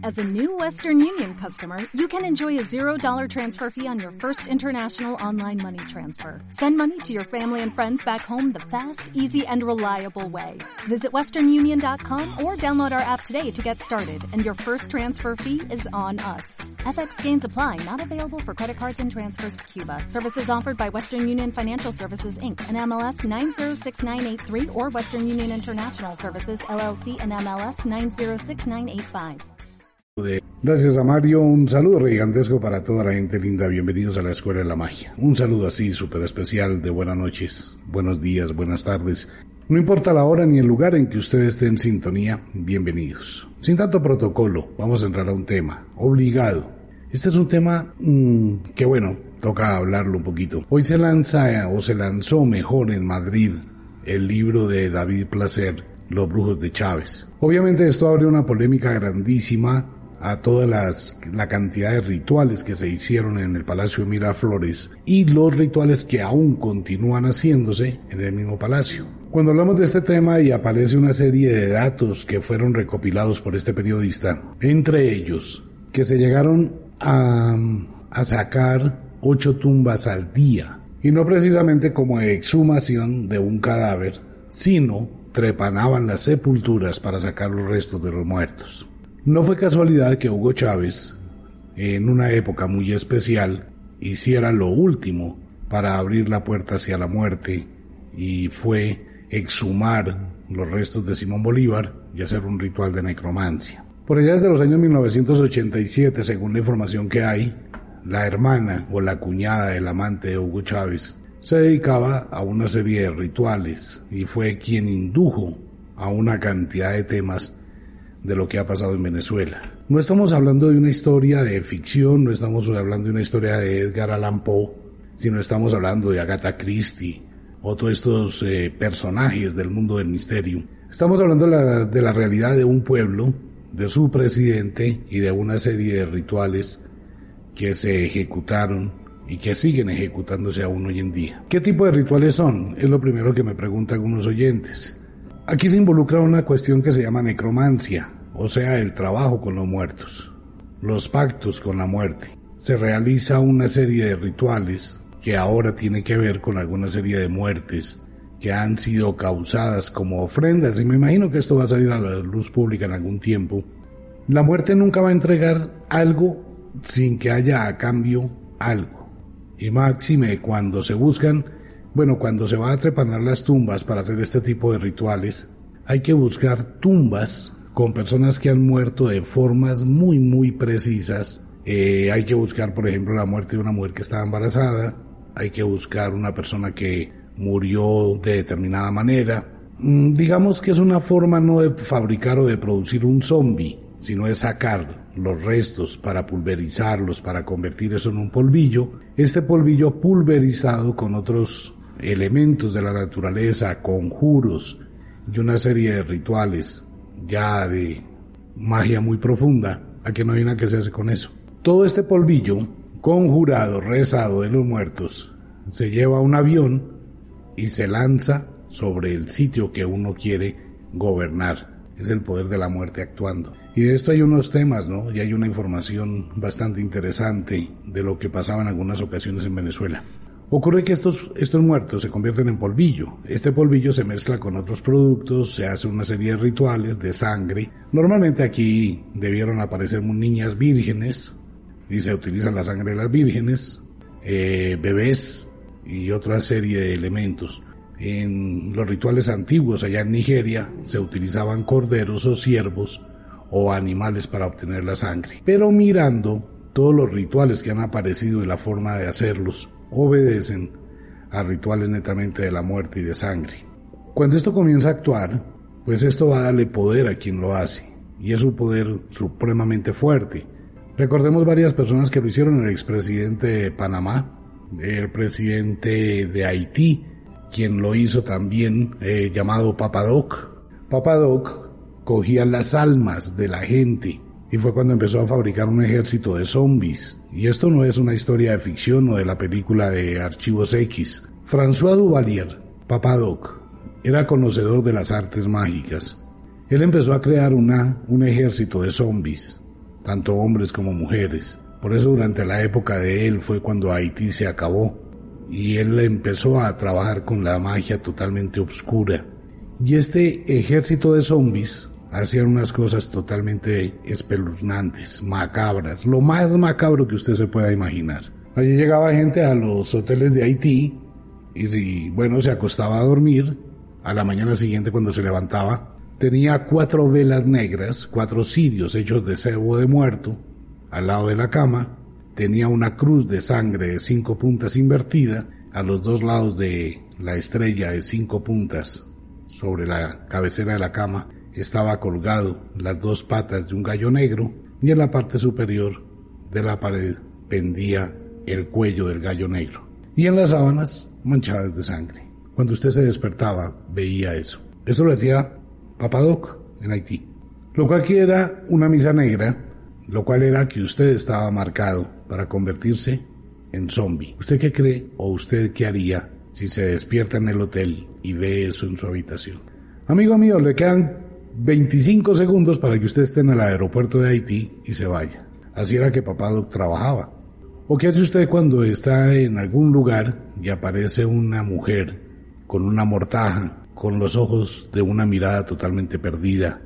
As a new Western Union customer, you can enjoy a $0 transfer fee on your first international online money transfer. Send money to your family and friends back home the fast, easy, and reliable way. Visit westernunion.com or download our app today to get started, and your first transfer fee is on us. FX gains apply, not available for credit cards and transfers to Cuba. Services offered by Western Union Financial Services, Inc., and MLS 906983, or Western Union International Services, LLC, and MLS 906985. Gracias a Mario, un saludo gigantesco para toda la gente linda, bienvenidos a la Escuela de la Magia, un saludo así súper especial de buenas noches, buenos días, buenas tardes, no importa la hora ni el lugar en que usted esté en sintonía, bienvenidos. Sin tanto protocolo, vamos a entrar a un tema, obligado. Este es un tema que bueno, toca hablarlo un poquito. Hoy se lanzó mejor en Madrid el libro de David Placer, Los Brujos de Chávez. Obviamente esto abre una polémica grandísima a toda la cantidad de rituales que se hicieron en el Palacio de Miraflores y los rituales que aún continúan haciéndose en el mismo palacio. Cuando hablamos de este tema y aparece una serie de datos que fueron recopilados por este periodista, entre ellos que se llegaron a sacar 8 tumbas al día, y no precisamente como exhumación de un cadáver, sino trepanaban las sepulturas para sacar los restos de los muertos. No fue casualidad que Hugo Chávez, en una época muy especial, hiciera lo último para abrir la puerta hacia la muerte, y fue exhumar los restos de Simón Bolívar y hacer un ritual de necromancia. Por allá desde los años 1987, según la información que hay, la hermana o la cuñada del amante de Hugo Chávez se dedicaba a una serie de rituales y fue quien indujo a una cantidad de temas de lo que ha pasado en Venezuela. No estamos hablando de una historia de ficción, no estamos hablando de una historia de Edgar Allan Poe, sino estamos hablando de Agatha Christie o todos estos personajes del mundo del misterio. Estamos hablando de la realidad de un pueblo, de su presidente y de una serie de rituales que se ejecutaron y que siguen ejecutándose aún hoy en día. ¿Qué tipo de rituales son? Es lo primero que me preguntan algunos oyentes. Aquí se involucra una cuestión que se llama necromancia, o sea, el trabajo con los muertos, los pactos con la muerte. Se realiza una serie de rituales que ahora tiene que ver con alguna serie de muertes que han sido causadas como ofrendas, y me imagino que esto va a salir a la luz pública en algún tiempo. La muerte nunca va a entregar algo sin que haya a cambio algo, y máxime cuando se buscan, cuando se va a trepanar las tumbas para hacer este tipo de rituales, hay que buscar tumbas con personas que han muerto de formas muy muy precisas. Hay que buscar, por ejemplo, la muerte de una mujer que estaba embarazada, hay que buscar una persona que murió de determinada manera. Digamos que es una forma no de fabricar o de producir un zombie, sino de sacar los restos para pulverizarlos, para convertir eso en un polvillo. Este polvillo pulverizado con otros elementos de la naturaleza, conjuros y una serie de rituales ya de magia muy profunda. Aquí no hay nada que se hace con eso. Todo este polvillo conjurado, rezado de los muertos, se lleva a un avión y se lanza sobre el sitio que uno quiere gobernar. Es el poder de la muerte actuando. Y de esto hay unos temas, ¿no? Y hay una información bastante interesante de lo que pasaba en algunas ocasiones en Venezuela. Ocurre que estos muertos se convierten en polvillo. Este polvillo se mezcla con otros productos, se hace una serie de rituales de sangre. Normalmente aquí debieron aparecer niñas vírgenes, y se utiliza la sangre de las vírgenes, bebés y otra serie de elementos. En los rituales antiguos allá en Nigeria se utilizaban corderos o ciervos o animales para obtener la sangre. Pero mirando todos los rituales que han aparecido y la forma de hacerlos, obedecen a rituales netamente de la muerte y de sangre. Cuando esto comienza a actuar, pues esto va a darle poder a quien lo hace, y es un poder supremamente fuerte. Recordemos varias personas que lo hicieron: el expresidente de Panamá, el presidente de Haití, quien lo hizo también, llamado Papa Doc. Papa Doc cogía las almas de la gente y fue cuando empezó a fabricar un ejército de zombies. Y esto no es una historia de ficción o de la película de Archivos X. François Duvalier, Papa Doc, era conocedor de las artes mágicas. Él empezó a crear un ejército de zombies, tanto hombres como mujeres. Por eso durante la época de él fue cuando Haití se acabó y él empezó a trabajar con la magia totalmente oscura. Y este ejército de zombies hacían unas cosas totalmente espeluznantes, macabras, lo más macabro que usted se pueda imaginar. Allí llegaba gente a los hoteles de Haití y se acostaba a dormir. A la mañana siguiente, cuando se levantaba, tenía 4 velas negras, 4 cirios hechos de cebo de muerto al lado de la cama. Tenía una cruz de sangre de 5 puntas invertida a los 2 lados de la estrella de 5 puntas. Sobre la cabecera de la cama estaba colgado las 2 patas de un gallo negro y en la parte superior de la pared pendía el cuello del gallo negro. Y en las sábanas manchadas de sangre. Cuando usted se despertaba veía eso. Eso lo hacía Papa Doc en Haití. Lo cual aquí era una misa negra, lo cual era que usted estaba marcado para convertirse en zombie. ¿Usted qué cree o usted qué haría si se despierta en el hotel y ve eso en su habitación? Amigo mío, le quedan 25 segundos para que usted esté en el aeropuerto de Haití y se vaya. Así era que Papa Doc trabajaba. ¿O qué hace usted cuando está en algún lugar y aparece una mujer con una mortaja, con los ojos de una mirada totalmente perdida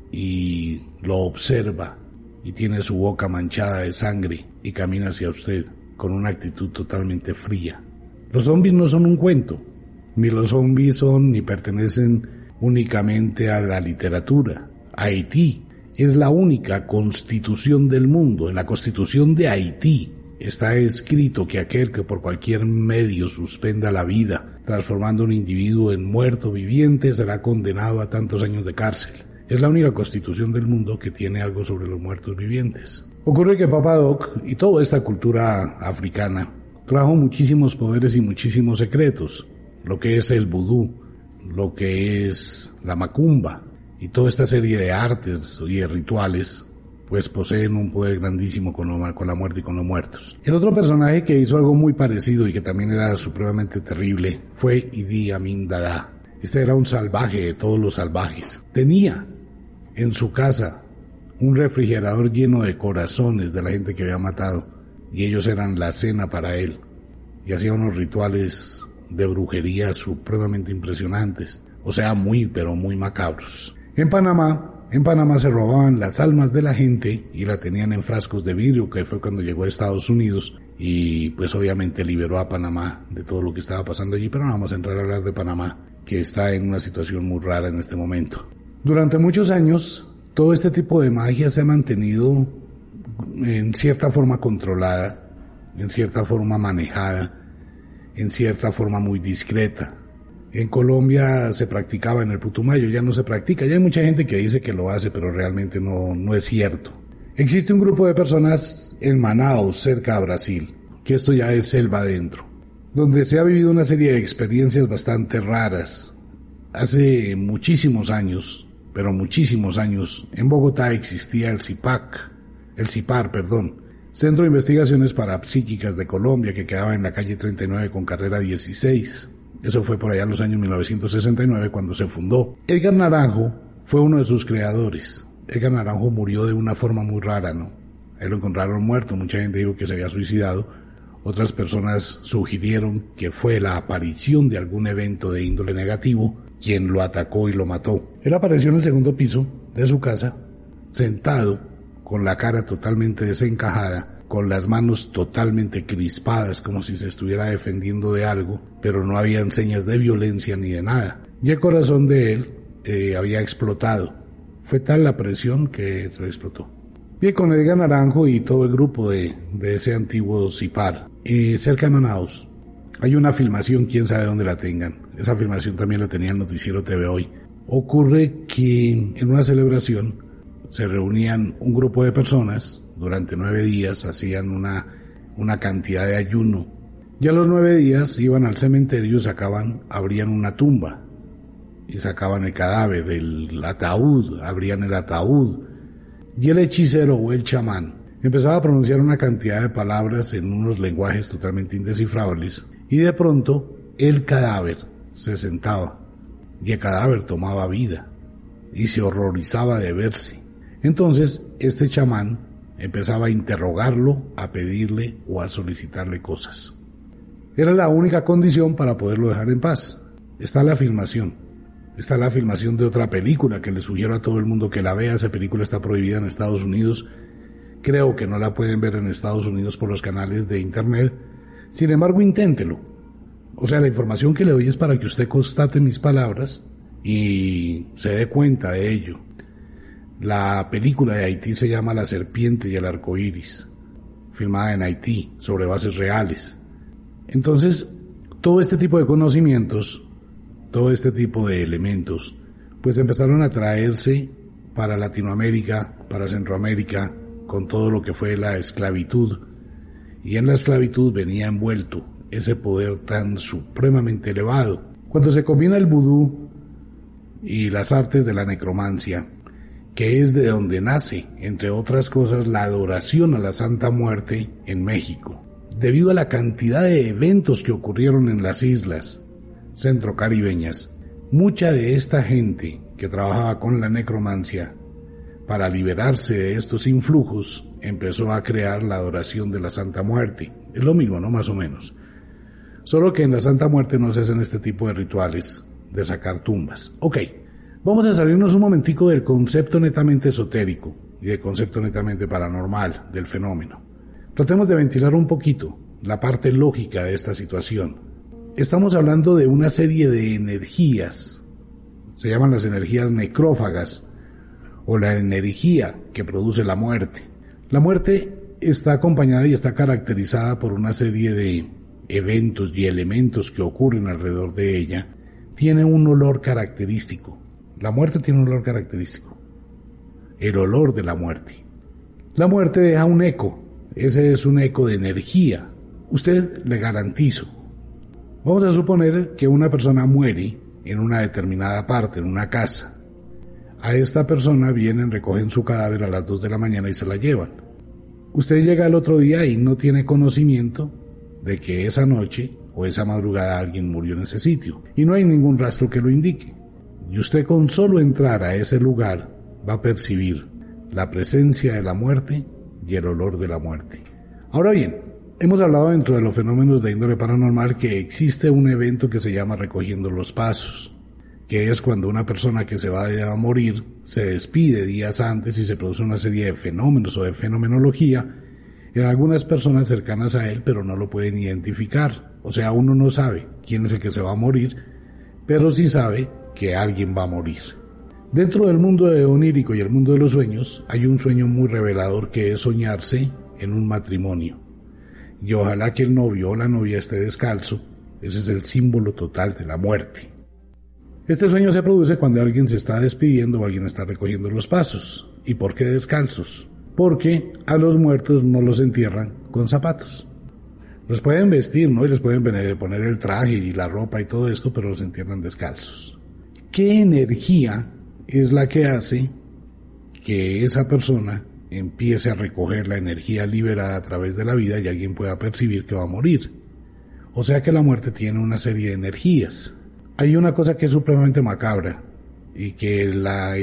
y lo observa y tiene su boca manchada de sangre y camina hacia usted con una actitud totalmente fría? Los zombies no son un cuento, ni los zombies son ni pertenecen únicamente a la literatura. Haití es la única constitución del mundo. En la constitución de Haití está escrito que aquel que por cualquier medio suspenda la vida, transformando a un individuo en muerto viviente, será condenado a tantos años de cárcel. Es la única constitución del mundo que tiene algo sobre los muertos vivientes. Ocurre que Papa Doc y toda esta cultura africana trajo muchísimos poderes y muchísimos secretos, lo que es el vudú, lo que es la macumba y toda esta serie de artes y de rituales, pues poseen un poder grandísimo con la muerte y con los muertos. El otro personaje que hizo algo muy parecido y que también era supremamente terrible fue Idi Amin Dada. Este era un salvaje de todos los salvajes. Tenía en su casa un refrigerador lleno de corazones de la gente que había matado y ellos eran la cena para él. Y hacía unos rituales de brujería supremamente impresionantes, o sea, muy pero muy macabros. En Panamá se robaban las almas de la gente y la tenían en frascos de vidrio, que fue cuando llegó a Estados Unidos y pues obviamente liberó a Panamá de todo lo que estaba pasando allí, pero no vamos a entrar a hablar de Panamá, que está en una situación muy rara en este momento. Durante muchos años, todo este tipo de magia se ha mantenido en cierta forma controlada, en cierta forma manejada, en cierta forma muy discreta. En Colombia se practicaba en el Putumayo, ya no se practica, ya hay mucha gente que dice que lo hace, pero realmente no es cierto. Existe un grupo de personas en Manaus, cerca de Brasil, que esto ya es selva adentro, donde se ha vivido una serie de experiencias bastante raras. Hace muchísimos años, pero muchísimos años, en Bogotá existía el CIPAR, Centro de Investigaciones Parapsíquicas de Colombia, que quedaba en la calle 39 con carrera 16. Eso fue por allá en los años 1969 cuando se fundó. Edgar Naranjo fue uno de sus creadores. Edgar Naranjo murió de una forma muy rara, ¿no? Ahí lo encontraron muerto, mucha gente dijo que se había suicidado. Otras personas sugirieron que fue la aparición de algún evento de índole negativo quien lo atacó y lo mató. Él apareció en el segundo piso de su casa, sentado, con la cara totalmente desencajada, con las manos totalmente crispadas, como si se estuviera defendiendo de algo, pero no habían señas de violencia ni de nada. Y el corazón de él había explotado. Fue tal la presión que se explotó. Bien, con Edgar Naranjo y todo el grupo de ese antiguo CIPAR, cerca de Manaus, hay una filmación, quién sabe dónde la tengan. Esa filmación también la tenía el noticiero TV Hoy. Ocurre que en una celebración se reunían un grupo de personas, durante 9 días hacían una cantidad de ayuno. Y a los 9 días iban al cementerio, abrían una tumba y sacaban el cadáver, el ataúd, abrían el ataúd. Y el hechicero o el chamán empezaba a pronunciar una cantidad de palabras en unos lenguajes totalmente indescifrables y de pronto el cadáver se sentaba y el cadáver tomaba vida y se horrorizaba de verse. Entonces este chamán empezaba a interrogarlo, a pedirle o a solicitarle cosas. Era la única condición para poderlo dejar en paz. Está la filmación de otra película que le sugiero a todo el mundo que la vea. Esa película está prohibida en Estados Unidos. Creo que no la pueden ver en Estados Unidos por los canales de internet. Sin embargo, inténtelo. O sea, la información que le doy es para que usted constate mis palabras y se dé cuenta de ello. La película de Haití se llama La serpiente y el arco iris, filmada en Haití, sobre bases reales. Entonces, todo este tipo de conocimientos, todo este tipo de elementos, pues empezaron a traerse para Latinoamérica, para Centroamérica, con todo lo que fue la esclavitud. Y en la esclavitud venía envuelto ese poder tan supremamente elevado. Cuando se combina el vudú y las artes de la necromancia, que es de donde nace, entre otras cosas, la adoración a la Santa Muerte en México, debido a la cantidad de eventos que ocurrieron en las islas centrocaribeñas, mucha de esta gente que trabajaba con la necromancia, para liberarse de estos influjos, empezó a crear la adoración de la Santa Muerte. Es lo mismo, ¿no? Más o menos. Solo que en la Santa Muerte no se hacen este tipo de rituales de sacar tumbas. Ok, vamos a salirnos un momentico del concepto netamente esotérico y del concepto netamente paranormal del fenómeno. Tratemos de ventilar un poquito la parte lógica de esta situación. Estamos hablando de una serie de energías, se llaman las energías necrófagas, o la energía que produce la muerte. La muerte está acompañada y está caracterizada por una serie de eventos y elementos que ocurren alrededor de ella. Tiene un olor característico. La muerte tiene un olor característico. El olor de la muerte. La muerte deja un eco. Ese es un eco de energía. Usted le garantizo. Vamos a suponer que una persona muere en una determinada parte, en una casa. A esta persona vienen, recogen su cadáver a las 2 de la mañana y se la llevan. Usted llega al otro día y no tiene conocimiento de que esa noche o esa madrugada alguien murió en ese sitio. Y no hay ningún rastro que lo indique. Y usted con solo entrar a ese lugar va a percibir la presencia de la muerte y el olor de la muerte. Ahora bien, hemos hablado dentro de los fenómenos de índole paranormal que existe un evento que se llama recogiendo los pasos, que es cuando una persona que se va a morir se despide días antes y se produce una serie de fenómenos o de fenomenología en algunas personas cercanas a él, pero no lo pueden identificar. O sea, uno no sabe quién es el que se va a morir, pero sí sabe que alguien va a morir. Dentro del mundo onírico y el mundo de los sueños hay un sueño muy revelador que es soñarse en un matrimonio. Y ojalá que el novio o la novia esté descalzo. Ese es el símbolo total de la muerte. Este sueño se produce cuando alguien se está despidiendo o alguien está recogiendo los pasos. ¿Y por qué descalzos? Porque a los muertos no los entierran con zapatos. Los pueden vestir, ¿no? Y les pueden poner el traje y la ropa y todo esto, pero los entierran descalzos. ¿Qué energía es la que hace que esa persona empiece a recoger la energía liberada a través de la vida y alguien pueda percibir que va a morir? O sea que la muerte tiene una serie de energías. Hay una cosa que es supremamente macabra y que el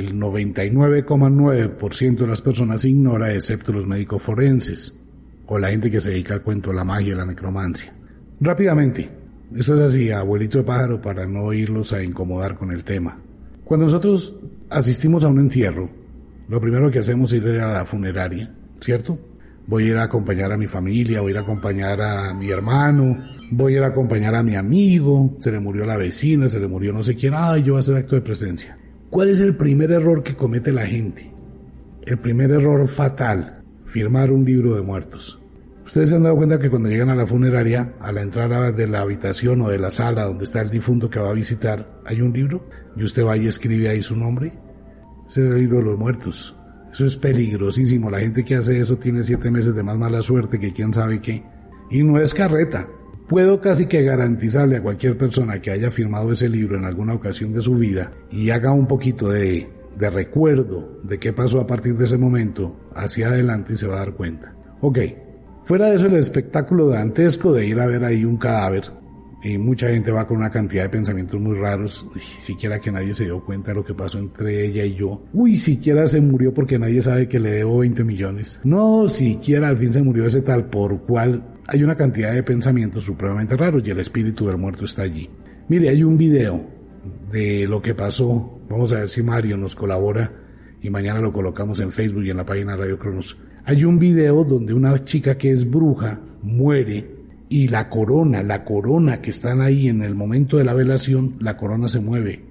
99,9% de las personas ignora, excepto los médicos forenses o la gente que se dedica al cuento de la magia y la necromancia. Rápidamente, eso es así, abuelito de pájaro, para no irlos a incomodar con el tema. Cuando nosotros asistimos a un entierro, lo primero que hacemos es ir a la funeraria, ¿cierto? Voy a ir a acompañar a mi familia, voy a ir a acompañar a mi hermano, voy a ir a acompañar a mi amigo, se le murió la vecina, se le murió no sé quién, yo voy a hacer acto de presencia. ¿Cuál es el primer error que comete la gente? El primer error fatal, firmar un libro de muertos. Ustedes se han dado cuenta que cuando llegan a la funeraria, a la entrada de la habitación o de la sala donde está el difunto que va a visitar, hay un libro, y usted va y escribe ahí su nombre. Ese es el libro de los muertos. Eso es peligrosísimo. La gente que hace eso tiene 7 meses de más mala suerte que quién sabe qué. Y no es carreta. Puedo casi que garantizarle a cualquier persona que haya firmado ese libro en alguna ocasión de su vida y haga un poquito de recuerdo de qué pasó a partir de ese momento hacia adelante y se va a dar cuenta. Ok, fuera de eso el espectáculo dantesco de ir a ver ahí un cadáver y mucha gente va con una cantidad de pensamientos muy raros. Uy, siquiera que nadie se dio cuenta de lo que pasó entre ella y yo. Uy, siquiera se murió porque nadie sabe que le debo 20 millones. No, siquiera al fin se murió ese tal por cual. Hay una cantidad de pensamientos supremamente raros y el espíritu del muerto está allí. Mire, hay un video de lo que pasó. Vamos a ver si Mario nos colabora y mañana lo colocamos en Facebook y en la página Radio Cronos. Hay un video donde una chica que es bruja muere y la corona que están ahí en el momento de la velación, la corona se mueve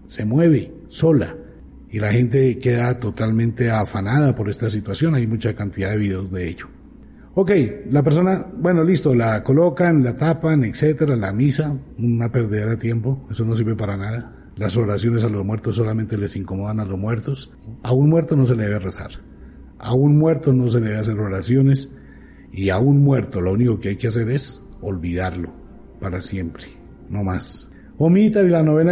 sola y la gente queda totalmente afanada por esta situación. Hay mucha cantidad de videos de ello. Ok, la persona, bueno, listo, la colocan, la tapan, etcétera, la misa, una pérdida de tiempo, eso no sirve para nada. Las oraciones a los muertos solamente les incomodan a los muertos. A un muerto no se le debe rezar, a un muerto no se le debe hacer oraciones, y a un muerto lo único que hay que hacer es olvidarlo para siempre, no más. Omita la novena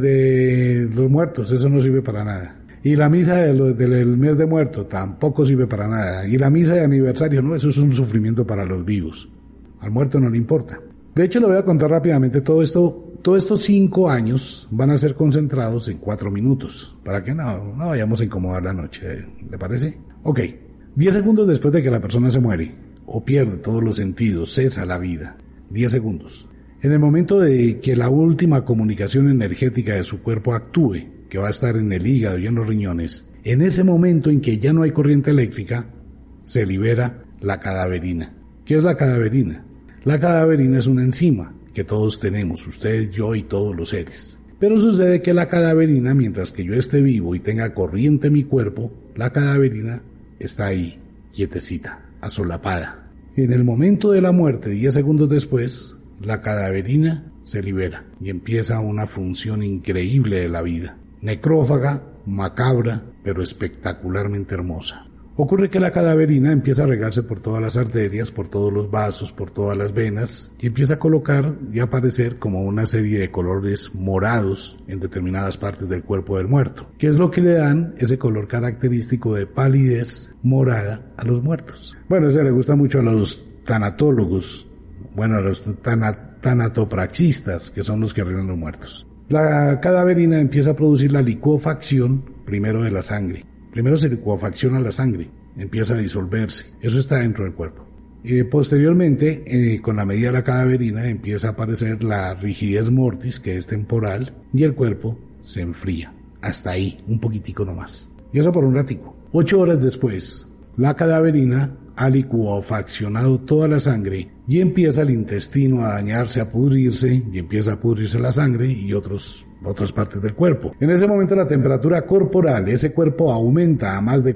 de los muertos, eso no sirve para nada. Y la misa del mes de muerto tampoco sirve para nada. Y la misa de aniversario, no, eso es un sufrimiento para los vivos. Al muerto no le importa. De hecho, le voy a contar rápidamente todo esto. Todos estos 5 años van a ser concentrados en 4 minutos. Para que no vayamos a incomodar la noche. ¿Le parece? Ok. 10 segundos después de que la persona se muere o pierde todos los sentidos, cesa la vida. 10 segundos. En el momento de que la última comunicación energética de su cuerpo actúe, que va a estar en el hígado y en los riñones, en ese momento en que ya no hay corriente eléctrica, se libera la cadaverina. ¿Qué es la cadaverina? La cadaverina es una enzima que todos tenemos, usted, yo y todos los seres. Pero sucede que la cadaverina, mientras que yo esté vivo y tenga corriente en mi cuerpo, la cadaverina está ahí, quietecita, asolapada. En el momento de la muerte, 10 segundos después, la cadaverina se libera y empieza una función increíble de la vida. Necrófaga, macabra, pero espectacularmente hermosa. Ocurre que la cadaverina empieza a regarse por todas las arterias, por todos los vasos, por todas las venas, y empieza a colocar y a aparecer como una serie de colores morados en determinadas partes del cuerpo del muerto, que es lo que le dan ese color característico de palidez morada a los muertos. Bueno, eso le gusta mucho a los tanatólogos, bueno, a los tanatopraxistas, que son los que arreglan los muertos. La cadaverina empieza a producir la licuefacción primero de la sangre. Primero se licuefacciona la sangre, empieza a disolverse. Eso está dentro del cuerpo. Posteriormente, con la medida de la cadaverina, empieza a aparecer la rigidez mortis, que es temporal, y el cuerpo se enfría. Hasta ahí, un poquitico nomás. Y eso por un ratico. 8 horas después, la cadaverina ha licuefaccionado toda la sangre y empieza el intestino a dañarse, a pudrirse, y empieza a pudrirse la sangre y otras partes del cuerpo. En ese momento la temperatura corporal, ese cuerpo aumenta a más de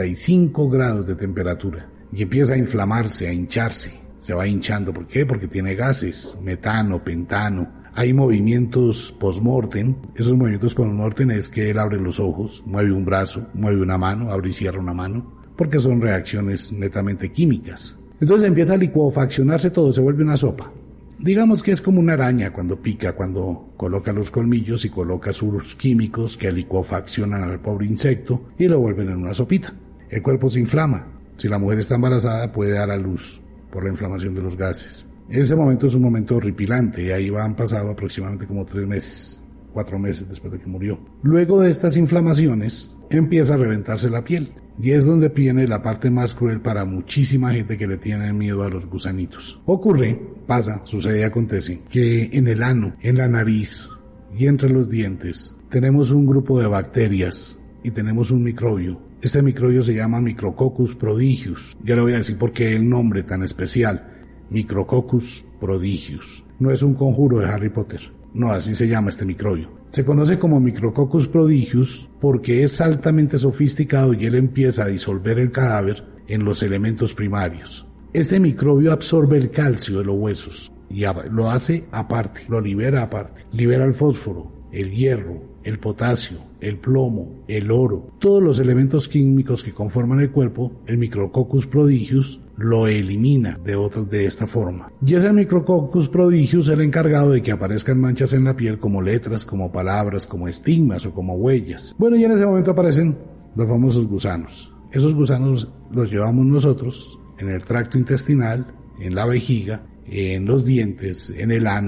45 grados de temperatura y empieza a inflamarse, a hincharse. Se va hinchando. ¿Por qué? Porque tiene gases, metano, pentano. Hay movimientos post-mortem. Esos movimientos post-mortem es que él abre los ojos, mueve un brazo, mueve una mano, abre y cierra una mano, porque son reacciones netamente químicas. Entonces empieza a licuefaccionarse todo, se vuelve una sopa. Digamos que es como una araña cuando pica, cuando coloca los colmillos y coloca sus químicos que licuefaccionan al pobre insecto y lo vuelven en una sopita. El cuerpo se inflama. Si la mujer está embarazada puede dar a luz por la inflamación de los gases. Ese momento es un momento horripilante y ahí han pasado aproximadamente como 3 meses, 4 meses después de que murió. Luego de estas inflamaciones empieza a reventarse la piel. Y es donde viene la parte más cruel para muchísima gente que le tiene miedo a los gusanitos. Sucede y acontece que en el ano, en la nariz y entre los dientes tenemos un grupo de bacterias y tenemos un microbio. Este microbio se llama Micrococcus prodigius. Ya le voy a decir por qué el nombre tan especial. Micrococcus prodigius. No es un conjuro de Harry Potter. No, así se llama este microbio. Se conoce como Micrococcus prodigius porque es altamente sofisticado y él empieza a disolver el cadáver en los elementos primarios. Este microbio absorbe el calcio de los huesos y lo hace aparte, lo libera aparte. Libera el fósforo, el hierro, el potasio, el plomo, el oro, todos los elementos químicos que conforman el cuerpo. El Micrococcus prodigius lo elimina de esta forma. Y es el Micrococcus prodigius el encargado de que aparezcan manchas en la piel como letras, como palabras, como estigmas o como huellas. Bueno, y en ese momento aparecen los famosos gusanos. Esos gusanos los llevamos nosotros en el tracto intestinal, en la vejiga, en los dientes, en el ano,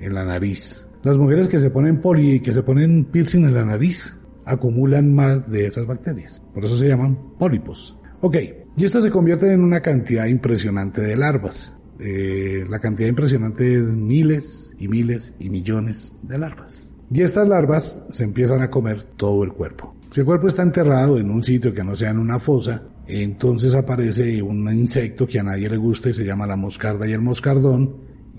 en la nariz. Las mujeres que se ponen poli y que se ponen piercing en la nariz acumulan más de esas bacterias. Por eso se llaman pólipos. Ok, y esto se convierte en una cantidad impresionante de larvas. La cantidad impresionante es miles y miles y millones de larvas. Y estas larvas se empiezan a comer todo el cuerpo. Si el cuerpo está enterrado en un sitio que no sea en una fosa, entonces aparece un insecto que a nadie le gusta y se llama la moscarda y el moscardón.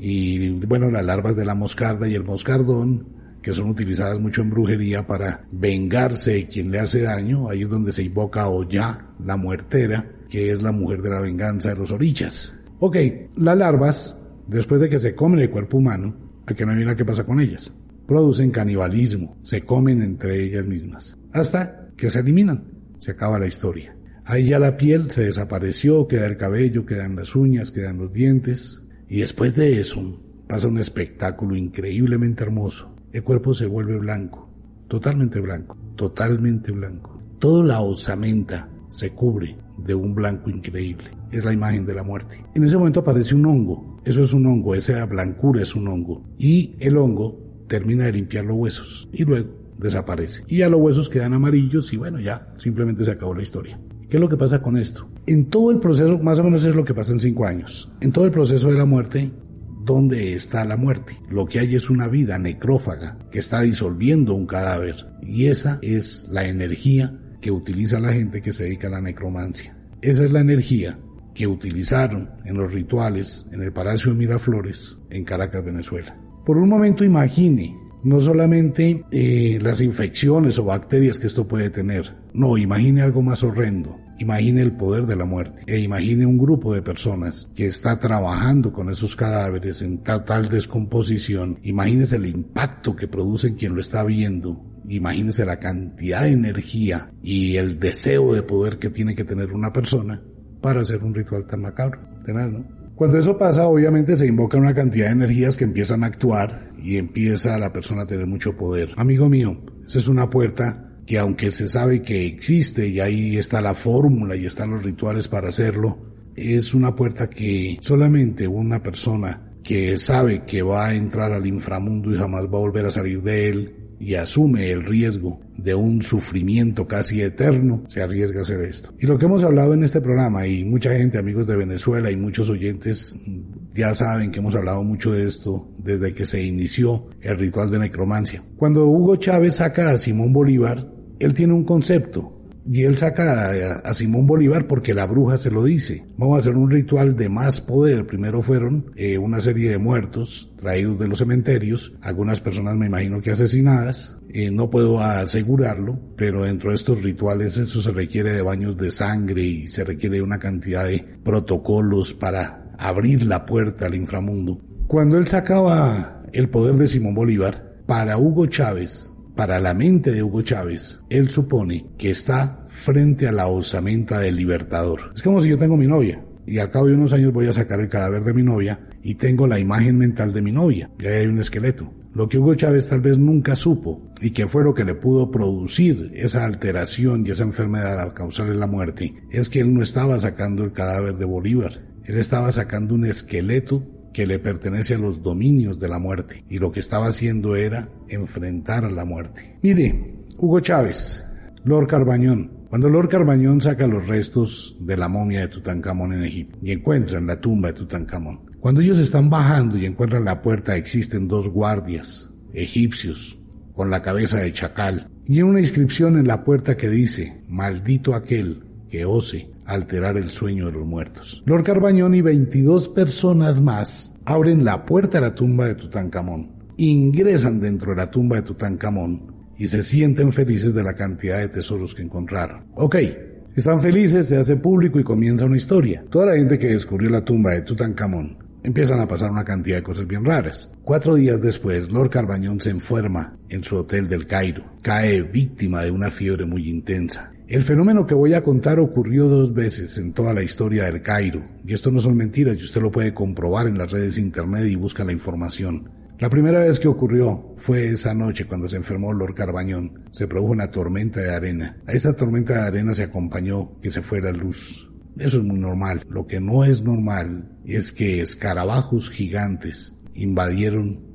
Y bueno, las larvas de la moscarda y el moscardón, que son utilizadas mucho en brujería para vengarse de quien le hace daño, ahí es donde se invoca Oya, la muertera, que es la mujer de la venganza de los orichas. Ok, las larvas, después de que se comen el cuerpo humano, ¿a qué no mira qué pasa con ellas? Producen canibalismo, se comen entre ellas mismas, hasta que se eliminan, se acaba la historia. Ahí ya la piel se desapareció, queda el cabello, quedan las uñas, quedan los dientes, y después de eso pasa un espectáculo increíblemente hermoso. El cuerpo se vuelve blanco, totalmente blanco, totalmente blanco. Toda la osamenta se cubre de un blanco increíble. Es la imagen de la muerte. En ese momento aparece un hongo. Eso es un hongo, esa blancura es un hongo. Y el hongo termina de limpiar los huesos y luego desaparece. Y ya los huesos quedan amarillos y bueno, ya simplemente se acabó la historia. ¿Qué es lo que pasa con esto? En todo el proceso, más o menos es lo que pasa en 5 años. En todo el proceso de la muerte, ¿dónde está la muerte? Lo que hay es una vida necrófaga que está disolviendo un cadáver. Y esa es la energía que utiliza la gente que se dedica a la necromancia. Esa es la energía que utilizaron en los rituales en el Palacio de Miraflores en Caracas, Venezuela. Por un momento imagine no solamente las infecciones o bacterias que esto puede tener, no, imagine algo más horrendo. Imagine el poder de la muerte e imagine un grupo de personas que está trabajando con esos cadáveres en tal descomposición. Imagínese el impacto que produce en quien lo está viendo. Imagínese la cantidad de energía y el deseo de poder que tiene que tener una persona para hacer un ritual tan macabro. ¿Tenés, no? Cuando eso pasa, obviamente se invoca una cantidad de energías que empiezan a actuar y empieza la persona a tener mucho poder. Amigo mío, esa es una puerta que aunque se sabe que existe y ahí está la fórmula y están los rituales para hacerlo, es una puerta que solamente una persona que sabe que va a entrar al inframundo y jamás va a volver a salir de él y asume el riesgo de un sufrimiento casi eterno, se arriesga a hacer esto. Y lo que hemos hablado en este programa, y mucha gente, amigos de Venezuela y muchos oyentes ya saben que hemos hablado mucho de esto desde que se inició el ritual de necromancia. Cuando Hugo Chávez saca a Simón Bolívar, él tiene un concepto. Y él saca a Simón Bolívar porque la bruja se lo dice. Vamos a hacer un ritual de más poder. Primero fueron una serie de muertos traídos de los cementerios. Algunas personas me imagino que asesinadas. No puedo asegurarlo, pero dentro de estos rituales eso se requiere de baños de sangre y se requiere de una cantidad de protocolos para abrir la puerta al inframundo. Cuando él sacaba el poder de Simón Bolívar, para Hugo Chávez, para la mente de Hugo Chávez, él supone que está frente a la osamenta del libertador. Es como si yo tengo mi novia y al cabo de unos años voy a sacar el cadáver de mi novia y tengo la imagen mental de mi novia. Y ahí hay un esqueleto. Lo que Hugo Chávez tal vez nunca supo y que fue lo que le pudo producir esa alteración y esa enfermedad al causarle la muerte es que él no estaba sacando el cadáver de Bolívar. Él estaba sacando un esqueleto que le pertenece a los dominios de la muerte, y lo que estaba haciendo era enfrentar a la muerte. Mire, Hugo Chávez, Lord Carbañón. Cuando Lord Carbañón saca los restos de la momia de Tutankamón en Egipto y encuentran la tumba de Tutankamón, cuando ellos están bajando y encuentran la puerta, existen 2 guardias egipcios con la cabeza de chacal y una inscripción en la puerta que dice: maldito aquel que ose alterar el sueño de los muertos. Lord Carbañón y 22 personas más abren la puerta de la tumba de Tutankamón, ingresan dentro de la tumba de Tutankamón y se sienten felices de la cantidad de tesoros que encontraron. Ok, están felices, se hace público y comienza una historia. Toda la gente que descubrió la tumba de Tutankamón empiezan a pasar una cantidad de cosas bien raras. 4 días después, Lord Carbañón se enferma en su hotel del Cairo. Cae víctima de una fiebre muy intensa. El fenómeno que voy a contar ocurrió 2 veces en toda la historia del Cairo. Y esto no son mentiras, y usted lo puede comprobar en las redes de internet y busca la información. La primera vez que ocurrió fue esa noche cuando se enfermó Lord Carbañón. Se produjo una tormenta de arena. A esta tormenta de arena se acompañó que se fue la luz. Eso es muy normal. Lo que no es normal es que escarabajos gigantes invadieron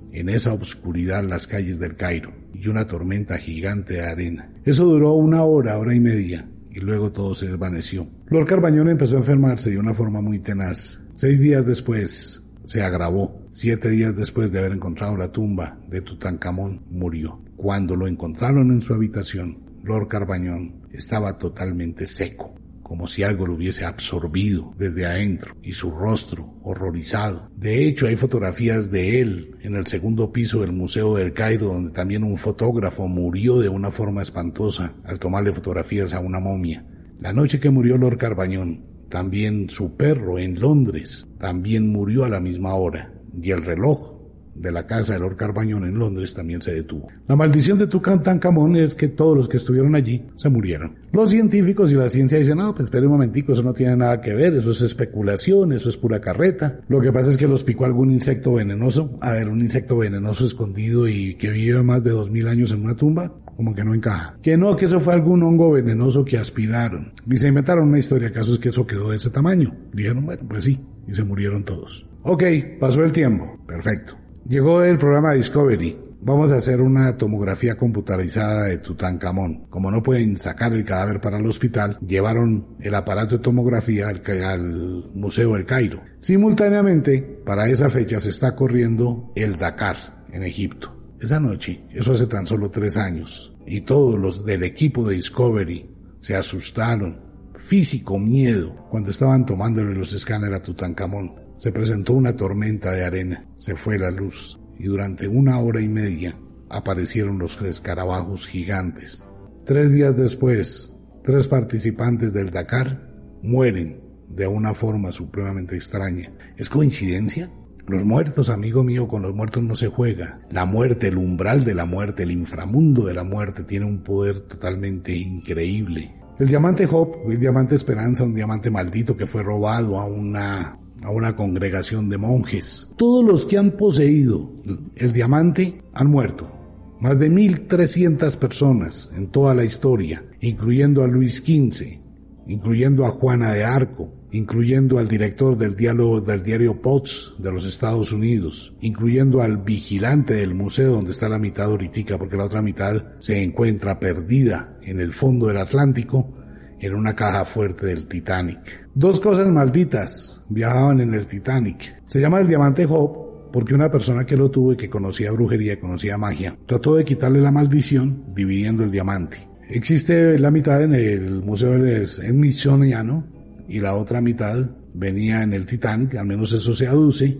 en esa oscuridad las calles del Cairo y una tormenta gigante de arena. Eso duró una hora y media y luego todo se desvaneció. Lord Carbañón empezó a enfermarse de una forma muy tenaz. 6 días después se agravó. 7 días después de haber encontrado la tumba de Tutankamón, murió. Cuando lo encontraron en su habitación, Lord Carbañón estaba totalmente seco, como si algo lo hubiese absorbido desde adentro, y su rostro horrorizado. De hecho, hay fotografías de él en el segundo piso del Museo del Cairo, donde también un fotógrafo murió de una forma espantosa al tomarle fotografías a una momia. La noche que murió Lord Carbañón, también su perro en Londres también murió a la misma hora, y el reloj de la casa de Lord Carbañón en Londres también se detuvo. La maldición de Tutankamón es que todos los que estuvieron allí se murieron. Los científicos y la ciencia dicen, no, pues espere un momentico, eso no tiene nada que ver, eso es especulación, eso es pura carreta. Lo que pasa es que los picó algún insecto venenoso. A ver, un insecto venenoso escondido y que vive más de 2000 años en una tumba, como que no encaja. Que no, que eso fue algún hongo venenoso que aspiraron. Y se inventaron una historia, acaso es que eso quedó de ese tamaño. Dijeron, bueno, pues sí, y se murieron todos. Ok, pasó el tiempo, perfecto. Llegó el programa Discovery. Vamos a hacer una tomografía computarizada de Tutankamón. Como no pueden sacar el cadáver para el hospital, llevaron el aparato de tomografía al Museo del Cairo. Simultáneamente, para esa fecha se está corriendo el Dakar en Egipto. Esa noche, eso hace tan solo 3 años, y todos los del equipo de Discovery se asustaron, físico miedo, cuando estaban tomándole los escáneres a Tutankamón. Se presentó una tormenta de arena, se fue la luz, y durante 1 hora y media aparecieron los escarabajos gigantes. 3 días después, 3 participantes del Dakar mueren de una forma supremamente extraña. ¿Es coincidencia? Los muertos, amigo mío, con los muertos no se juega. La muerte, el umbral de la muerte, el inframundo de la muerte tiene un poder totalmente increíble. El diamante Hope, el diamante Esperanza, un diamante maldito que fue robado a una congregación de monjes. Todos los que han poseído el diamante han muerto. Más de 1300 personas en toda la historia, incluyendo a Luis XV, incluyendo a Juana de Arco, incluyendo al director del diario Potts de los Estados Unidos, incluyendo al vigilante del museo donde está la mitad ahorita, porque la otra mitad se encuentra perdida en el fondo del Atlántico, en una caja fuerte del Titanic. 2 cosas malditas viajaban en el Titanic. Se llama el diamante Hope porque una persona que lo tuvo y que conocía brujería, conocía magia, trató de quitarle la maldición dividiendo el diamante. Existe la mitad en el Museo del Smithsoniano y la otra mitad venía en el Titanic, al menos eso se aduce,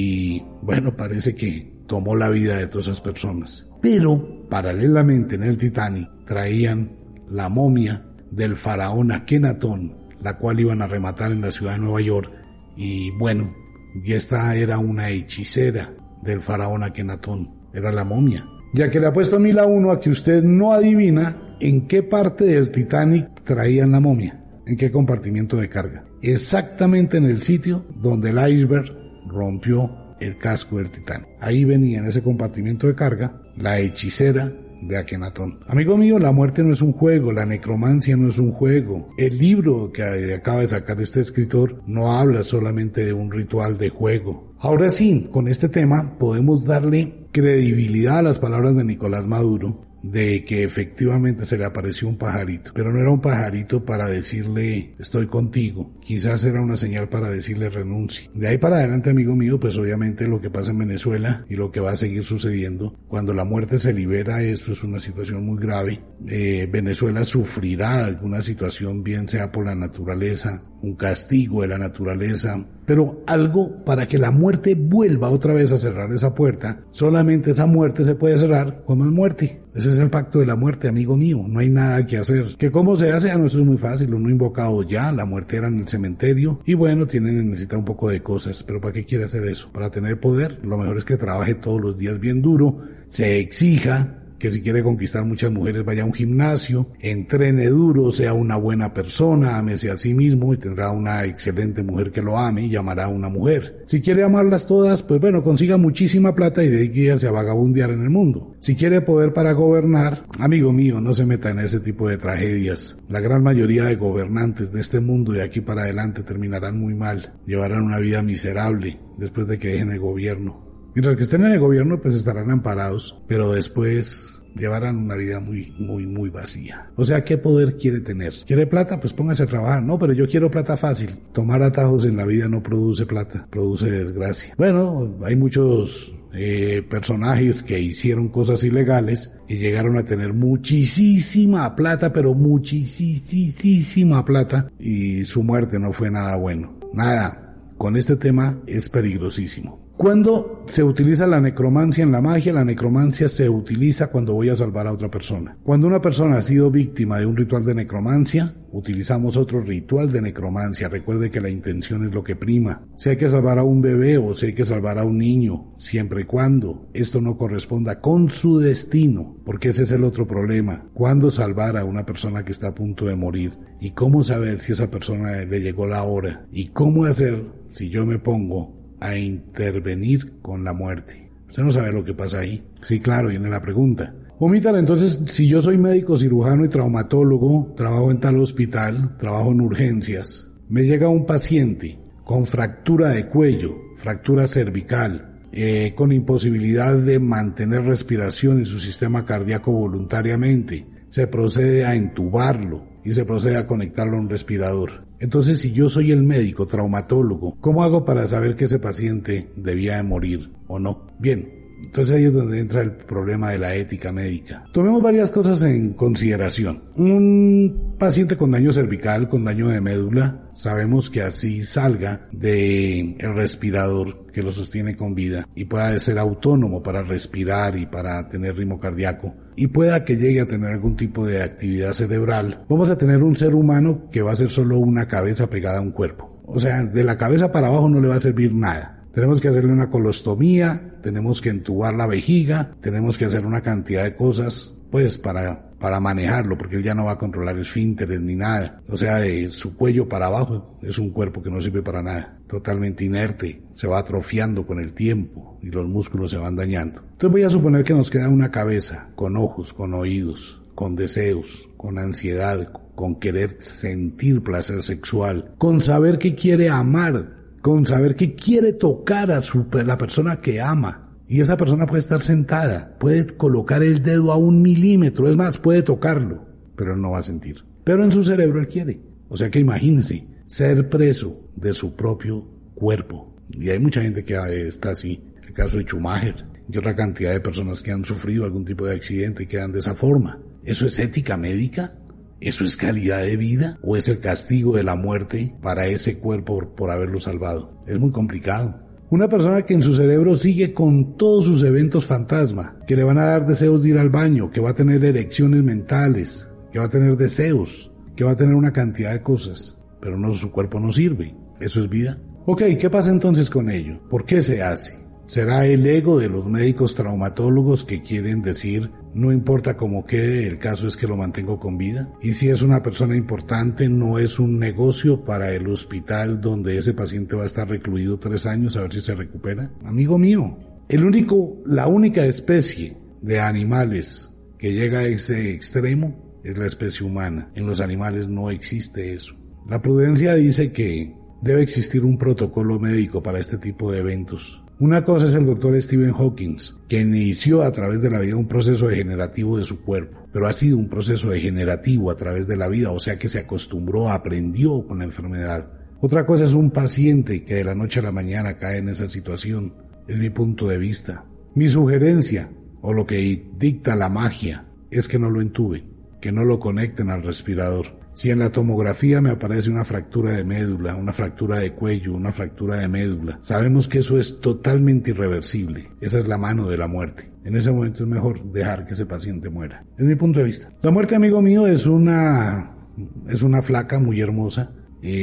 y bueno, parece que tomó la vida de todas esas personas. Pero paralelamente en el Titanic traían la momia del faraón Akenatón, la cual iban a rematar en la ciudad de Nueva York, y bueno, y esta era una hechicera del faraón Akenatón, era la momia. Ya que le apuesto 1000 a 1 a que usted no adivina en qué parte del Titanic traían la momia, en qué compartimiento de carga. Exactamente en el sitio donde el iceberg rompió el casco del Titanic. Ahí venía en ese compartimento de carga la hechicera de Akenatón. Amigo mío, la muerte no es un juego, la necromancia no es un juego. El libro que acaba de sacar este escritor no habla solamente de un ritual de juego. Ahora sí, con este tema podemos darle credibilidad a las palabras de Nicolás Maduro, de que efectivamente se le apareció un pajarito, pero no era un pajarito para decirle estoy contigo, quizás era una señal para decirle renuncie. De ahí para adelante, amigo mío, pues obviamente lo que pasa en Venezuela y lo que va a seguir sucediendo, cuando la muerte se libera, esto es una situación muy grave. Venezuela sufrirá alguna situación, bien sea por la naturaleza, un castigo de la naturaleza, pero algo para que la muerte vuelva otra vez a cerrar esa puerta. Solamente esa muerte se puede cerrar con más muerte. Ese es el pacto de la muerte, amigo mío, no hay nada que hacer. ¿Que cómo se hace? No, eso es muy fácil, uno invocado ya, la muerte era en el cementerio, y bueno, necesita un poco de cosas, pero ¿para qué quiere hacer eso? Para tener poder, lo mejor es que trabaje todos los días bien duro, se exija, que si quiere conquistar muchas mujeres vaya a un gimnasio, entrene duro, sea una buena persona, ámese a sí mismo y tendrá una excelente mujer que lo ame y llamará a una mujer. Si quiere amarlas todas, pues bueno, consiga muchísima plata y dedíquese a vagabundear en el mundo. Si quiere poder para gobernar, amigo mío, no se meta en ese tipo de tragedias. La gran mayoría de gobernantes de este mundo de aquí para adelante terminarán muy mal, llevarán una vida miserable después de que dejen el gobierno. Mientras que estén en el gobierno, pues estarán amparados, pero después llevarán una vida muy vacía. O sea, ¿qué poder quiere tener? ¿Quiere plata? Pues póngase a trabajar. No, pero yo quiero plata fácil. Tomar atajos en la vida no produce plata, produce desgracia. Bueno, hay muchos personajes que hicieron cosas ilegales y llegaron a tener muchísima plata, pero muchísima plata, y su muerte no fue nada bueno. Nada, con este tema es peligrosísimo. ¿Cuándo se utiliza la necromancia en la magia? La necromancia se utiliza cuando voy a salvar a otra persona. Cuando una persona ha sido víctima de un ritual de necromancia, utilizamos otro ritual de necromancia. Recuerde que la intención es lo que prima. Si hay que salvar a un bebé o si hay que salvar a un niño, siempre y cuando esto no corresponda con su destino, porque ese es el otro problema. ¿Cuándo salvar a una persona que está a punto de morir? ¿Y cómo saber si esa persona le llegó la hora? ¿Y cómo hacer si yo me pongo a intervenir con la muerte? Usted no sabe lo que pasa ahí. Sí, claro, viene la pregunta. Omítala, entonces, si yo soy médico cirujano y traumatólogo, trabajo en tal hospital, trabajo en urgencias, me llega un paciente con fractura de cuello, fractura cervical, con imposibilidad de mantener respiración en su sistema cardíaco voluntariamente, se procede a entubarlo y se procede a conectarlo a un respirador. Entonces, si yo soy el médico traumatólogo, ¿cómo hago para saber que ese paciente debía de morir o no? Bien, entonces ahí es donde entra el problema de la ética médica. Tomemos varias cosas en consideración. Un paciente con daño cervical, con daño de médula, sabemos que así salga del respirador que lo sostiene con vida y pueda ser autónomo para respirar y para tener ritmo cardíaco, y pueda que llegue a tener algún tipo de actividad cerebral, vamos a tener un ser humano que va a ser solo una cabeza pegada a un cuerpo. O sea, de la cabeza para abajo no le va a servir nada. Tenemos que hacerle una colostomía, tenemos que entubar la vejiga, tenemos que hacer una cantidad de cosas, pues, para manejarlo, porque él ya no va a controlar esfínteres ni nada. O sea, de su cuello para abajo es un cuerpo que no sirve para nada, totalmente inerte, se va atrofiando con el tiempo y los músculos se van dañando. Entonces voy a suponer que nos queda una cabeza con ojos, con oídos, con deseos, con ansiedad, con querer sentir placer sexual, con saber que quiere amar, con saber que quiere tocar a la persona que ama. Y esa persona puede estar sentada, puede colocar el dedo a 1 milímetro, es más, puede tocarlo, pero él no va a sentir. Pero en su cerebro él quiere. O sea que imagínense, ser preso de su propio cuerpo. Y hay mucha gente que está así. El caso de Schumacher y otra cantidad de personas que han sufrido algún tipo de accidente y quedan de esa forma. ¿Eso es ética médica? ¿Eso es calidad de vida? ¿O es el castigo de la muerte para ese cuerpo por haberlo salvado? Es muy complicado. Una persona que en su cerebro sigue con todos sus eventos fantasma, que le van a dar deseos de ir al baño, que va a tener erecciones mentales, que va a tener deseos, que va a tener una cantidad de cosas, pero no, su cuerpo no sirve. ¿Eso es vida? Ok, ¿qué pasa entonces con ello? ¿Por qué se hace? ¿Será el ego de los médicos traumatólogos que quieren decir, no importa cómo quede, el caso es que lo mantengo con vida? Y si es una persona importante, no es un negocio para el hospital donde ese paciente va a estar recluido 3 años a ver si se recupera. Amigo mío, la única especie de animales que llega a ese extremo es la especie humana. En los animales no existe eso. La prudencia dice que debe existir un protocolo médico para este tipo de eventos. Una cosa es el doctor Stephen Hawking, que inició a través de la vida un proceso degenerativo de su cuerpo, pero ha sido un proceso degenerativo a través de la vida, o sea que se acostumbró, aprendió con la enfermedad. Otra cosa es un paciente que de la noche a la mañana cae en esa situación. Es mi punto de vista. Mi sugerencia, o lo que dicta la magia, es que no lo entuben, que no lo conecten al respirador. Si en la tomografía me aparece una fractura de médula, una fractura de cuello, una fractura de médula, sabemos que eso es totalmente irreversible. Esa es la mano de la muerte. En ese momento es mejor dejar que ese paciente muera. Es mi punto de vista. La muerte, amigo mío, es una flaca muy hermosa.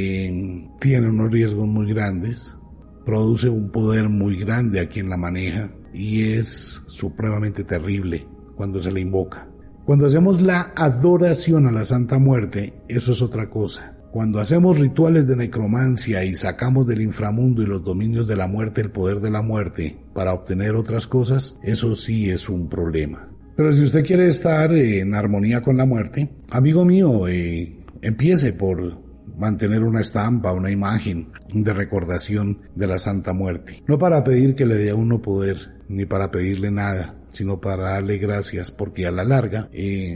Tiene unos riesgos muy grandes. Produce un poder muy grande a quien la maneja. Y es supremamente terrible cuando se le invoca. Cuando hacemos la adoración a la Santa Muerte, eso es otra cosa. Cuando hacemos rituales de necromancia y sacamos del inframundo y los dominios de la muerte el poder de la muerte para obtener otras cosas, eso sí es un problema. Pero si usted quiere estar en armonía con la muerte, amigo mío, empiece por mantener una estampa, una imagen de recordación de la Santa Muerte. No para pedir que le dé a uno poder, ni para pedirle nada, sino para darle gracias, porque a la larga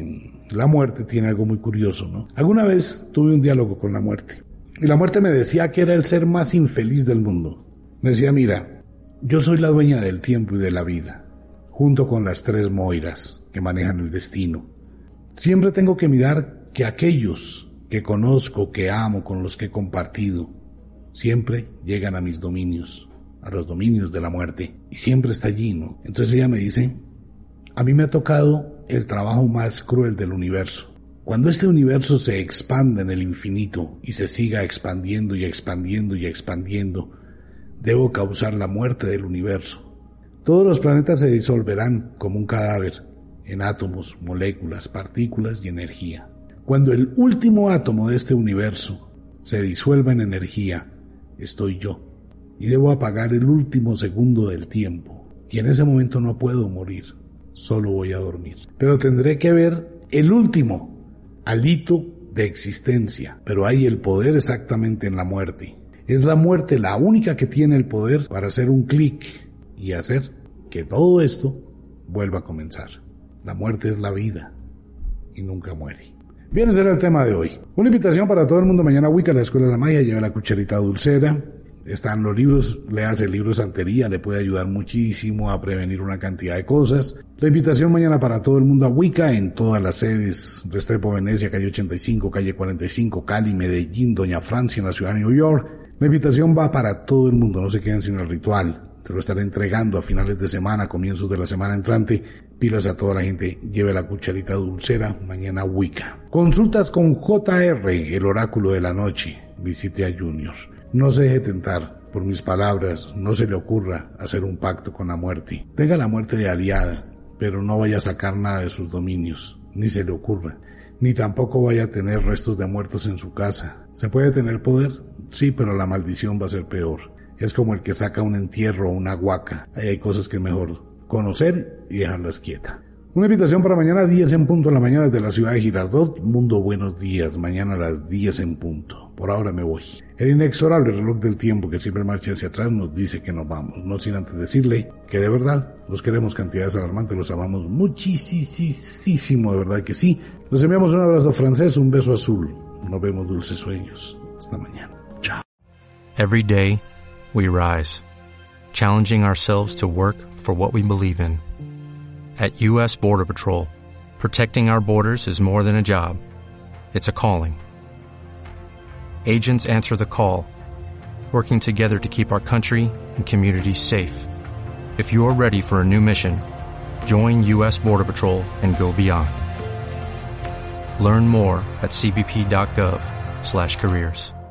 la muerte tiene algo muy curioso, ¿no? Alguna vez tuve un diálogo con la muerte, y la muerte me decía que era el ser más infeliz del mundo. Me decía, mira, yo soy la dueña del tiempo y de la vida, junto con las 3 Moiras que manejan el destino. Siempre tengo que mirar que aquellos que conozco, que amo, con los que he compartido, siempre llegan a mis dominios, a los dominios de la muerte, y siempre está allí, ¿no? Entonces ella me dice, a mí me ha tocado el trabajo más cruel del universo. Cuando este universo se expanda en el infinito y se siga expandiendo y expandiendo y expandiendo, debo causar la muerte del universo. Todos los planetas se disolverán como un cadáver en átomos, moléculas, partículas y energía. Cuando el último átomo de este universo se disuelva en energía, estoy yo, y debo apagar el último segundo del tiempo, y en ese momento no puedo morir, solo voy a dormir. Pero tendré que ver el último alito de existencia, pero hay el poder exactamente en la muerte. Es la muerte la única que tiene el poder para hacer un clic y hacer que todo esto vuelva a comenzar. La muerte es la vida y nunca muere. Bien, ese era el tema de hoy. Una invitación para todo el mundo mañana Wicca, la Escuela de la Magia, lleva la cucharita dulcera. Están los libros, léase el libro de santería, le puede ayudar muchísimo a prevenir una cantidad de cosas. La invitación mañana para todo el mundo a Wicca en todas las sedes, Restrepo, Venecia, calle 85, calle 45, Cali, Medellín, Doña Francia en la ciudad de New York. La invitación va para todo el mundo, no se queden sin el ritual. Se lo estaré entregando a finales de semana, comienzos de la semana entrante. Pilas a toda la gente, lleve la cucharita dulcera, mañana Wicca. Consultas con JR, el oráculo de la noche. Visite a Junior. No se deje tentar por mis palabras, no se le ocurra hacer un pacto con la muerte. Tenga la muerte de aliada, pero no vaya a sacar nada de sus dominios, ni se le ocurra. Ni tampoco vaya a tener restos de muertos en su casa. ¿Se puede tener poder? Sí, pero la maldición va a ser peor. Es como el que saca un entierro o una huaca. Ahí hay cosas que es mejor conocer y dejarlas quietas. Una invitación para mañana 10 en punto en la mañana desde la ciudad de Girardot. Mundo, buenos días. Mañana a las 10 en punto. Por ahora me voy. El inexorable reloj del tiempo que siempre marcha hacia atrás nos dice que nos vamos. No sin antes decirle que de verdad los queremos cantidades alarmantes, los amamos muchísimo, de verdad que sí. Nos enviamos un abrazo francés, un beso azul. Nos vemos, dulces sueños. Hasta mañana. Chao. Every day we rise, challenging ourselves to work for what we believe in. At U.S. Border Patrol, protecting our borders is more than a job. It's a calling. Agents answer the call, working together to keep our country and communities safe. If you're ready for a new mission, join U.S. Border Patrol and go beyond. Learn more at cbp.gov/careers.